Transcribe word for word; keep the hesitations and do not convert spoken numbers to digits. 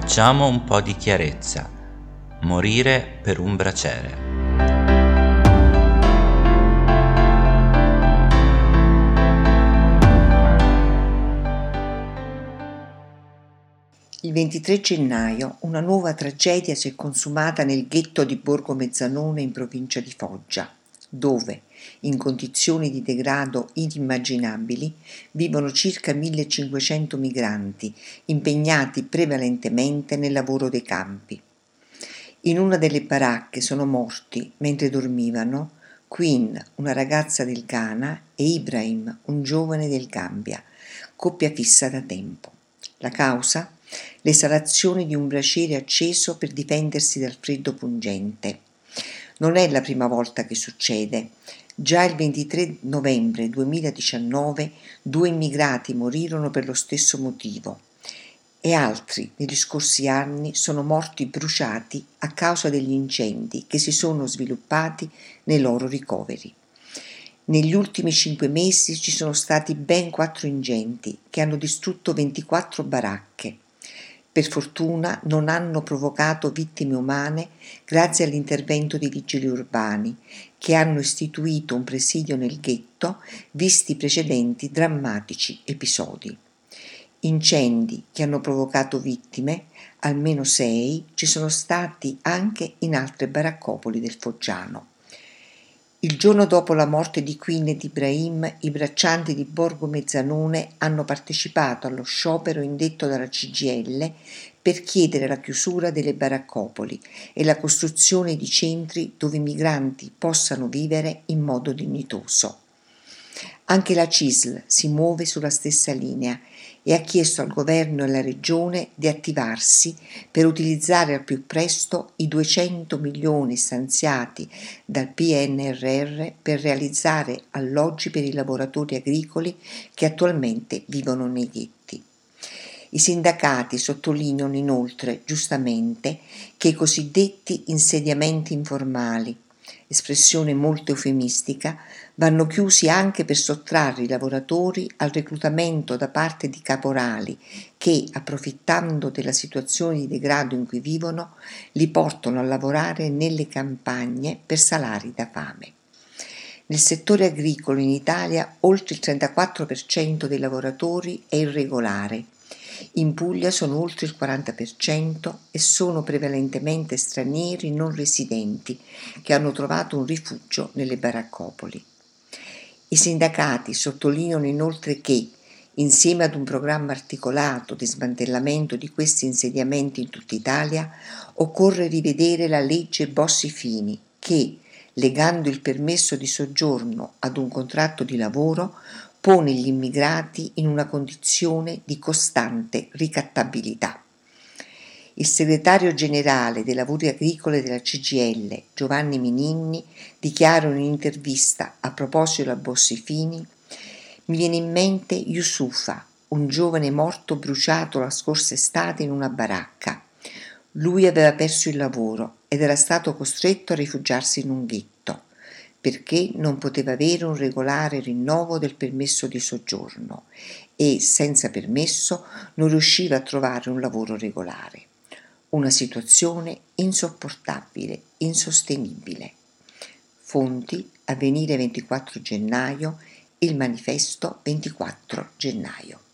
Facciamo un po' di chiarezza. Morire per un braciere. Il ventitré gennaio una nuova tragedia si è consumata nel ghetto di Borgo Mezzanone in provincia di Foggia, dove, in condizioni di degrado inimmaginabili, vivono circa millecinquecento migranti impegnati prevalentemente nel lavoro dei campi. In una delle baracche sono morti, mentre dormivano, Queen, una ragazza del Ghana, e Ibrahim, un giovane del Gambia, coppia fissa da tempo. La causa? L'esalazione di un braciere acceso per difendersi dal freddo pungente. Non è la prima volta che succede. Già il ventitré novembre duemiladiciannove due immigrati morirono per lo stesso motivo e altri negli scorsi anni sono morti bruciati a causa degli incendi che si sono sviluppati nei loro ricoveri. Negli ultimi cinque mesi ci sono stati ben quattro incendi che hanno distrutto ventiquattro baracche. Per fortuna non hanno provocato vittime umane grazie all'intervento dei vigili urbani, che hanno istituito un presidio nel ghetto, visti i precedenti drammatici episodi. Incendi che hanno provocato vittime, almeno sei, ci sono stati anche in altre baraccopoli del Foggiano. Il giorno dopo la morte di Queen e di Ibrahim, i braccianti di Borgo Mezzanone hanno partecipato allo sciopero indetto dalla C G I L per chiedere la chiusura delle baraccopoli e la costruzione di centri dove i migranti possano vivere in modo dignitoso. Anche la C I S L si muove sulla stessa linea e ha chiesto al governo e alla regione di attivarsi per utilizzare al più presto i duecento milioni stanziati dal P N R R per realizzare alloggi per i lavoratori agricoli che attualmente vivono nei ghetti. I sindacati sottolineano inoltre, giustamente, che i cosiddetti insediamenti informali, espressione molto eufemistica, vanno chiusi anche per sottrarre i lavoratori al reclutamento da parte di caporali che, approfittando della situazione di degrado in cui vivono, li portano a lavorare nelle campagne per salari da fame. Nel settore agricolo in Italia oltre il trentaquattro per cento dei lavoratori è irregolare. In Puglia sono oltre il quaranta per cento e sono prevalentemente stranieri non residenti che hanno trovato un rifugio nelle baraccopoli. I sindacati sottolineano inoltre che, insieme ad un programma articolato di smantellamento di questi insediamenti in tutta Italia, occorre rivedere la legge Bossi-Fini che, legando il permesso di soggiorno ad un contratto di lavoro, pone gli immigrati in una condizione di costante ricattabilità. Il segretario generale dei lavori agricoli della C G I L, Giovanni Mininni, dichiara in un'intervista a proposito della Bossi-Fini: «Mi viene in mente Yusufa, un giovane morto bruciato la scorsa estate in una baracca. Lui aveva perso il lavoro ed era stato costretto a rifugiarsi in un ghetto perché non poteva avere un regolare rinnovo del permesso di soggiorno e, senza permesso, non riusciva a trovare un lavoro regolare. Una situazione insopportabile, insostenibile». Fonti: Avvenire ventiquattro gennaio, Il Manifesto ventiquattro gennaio.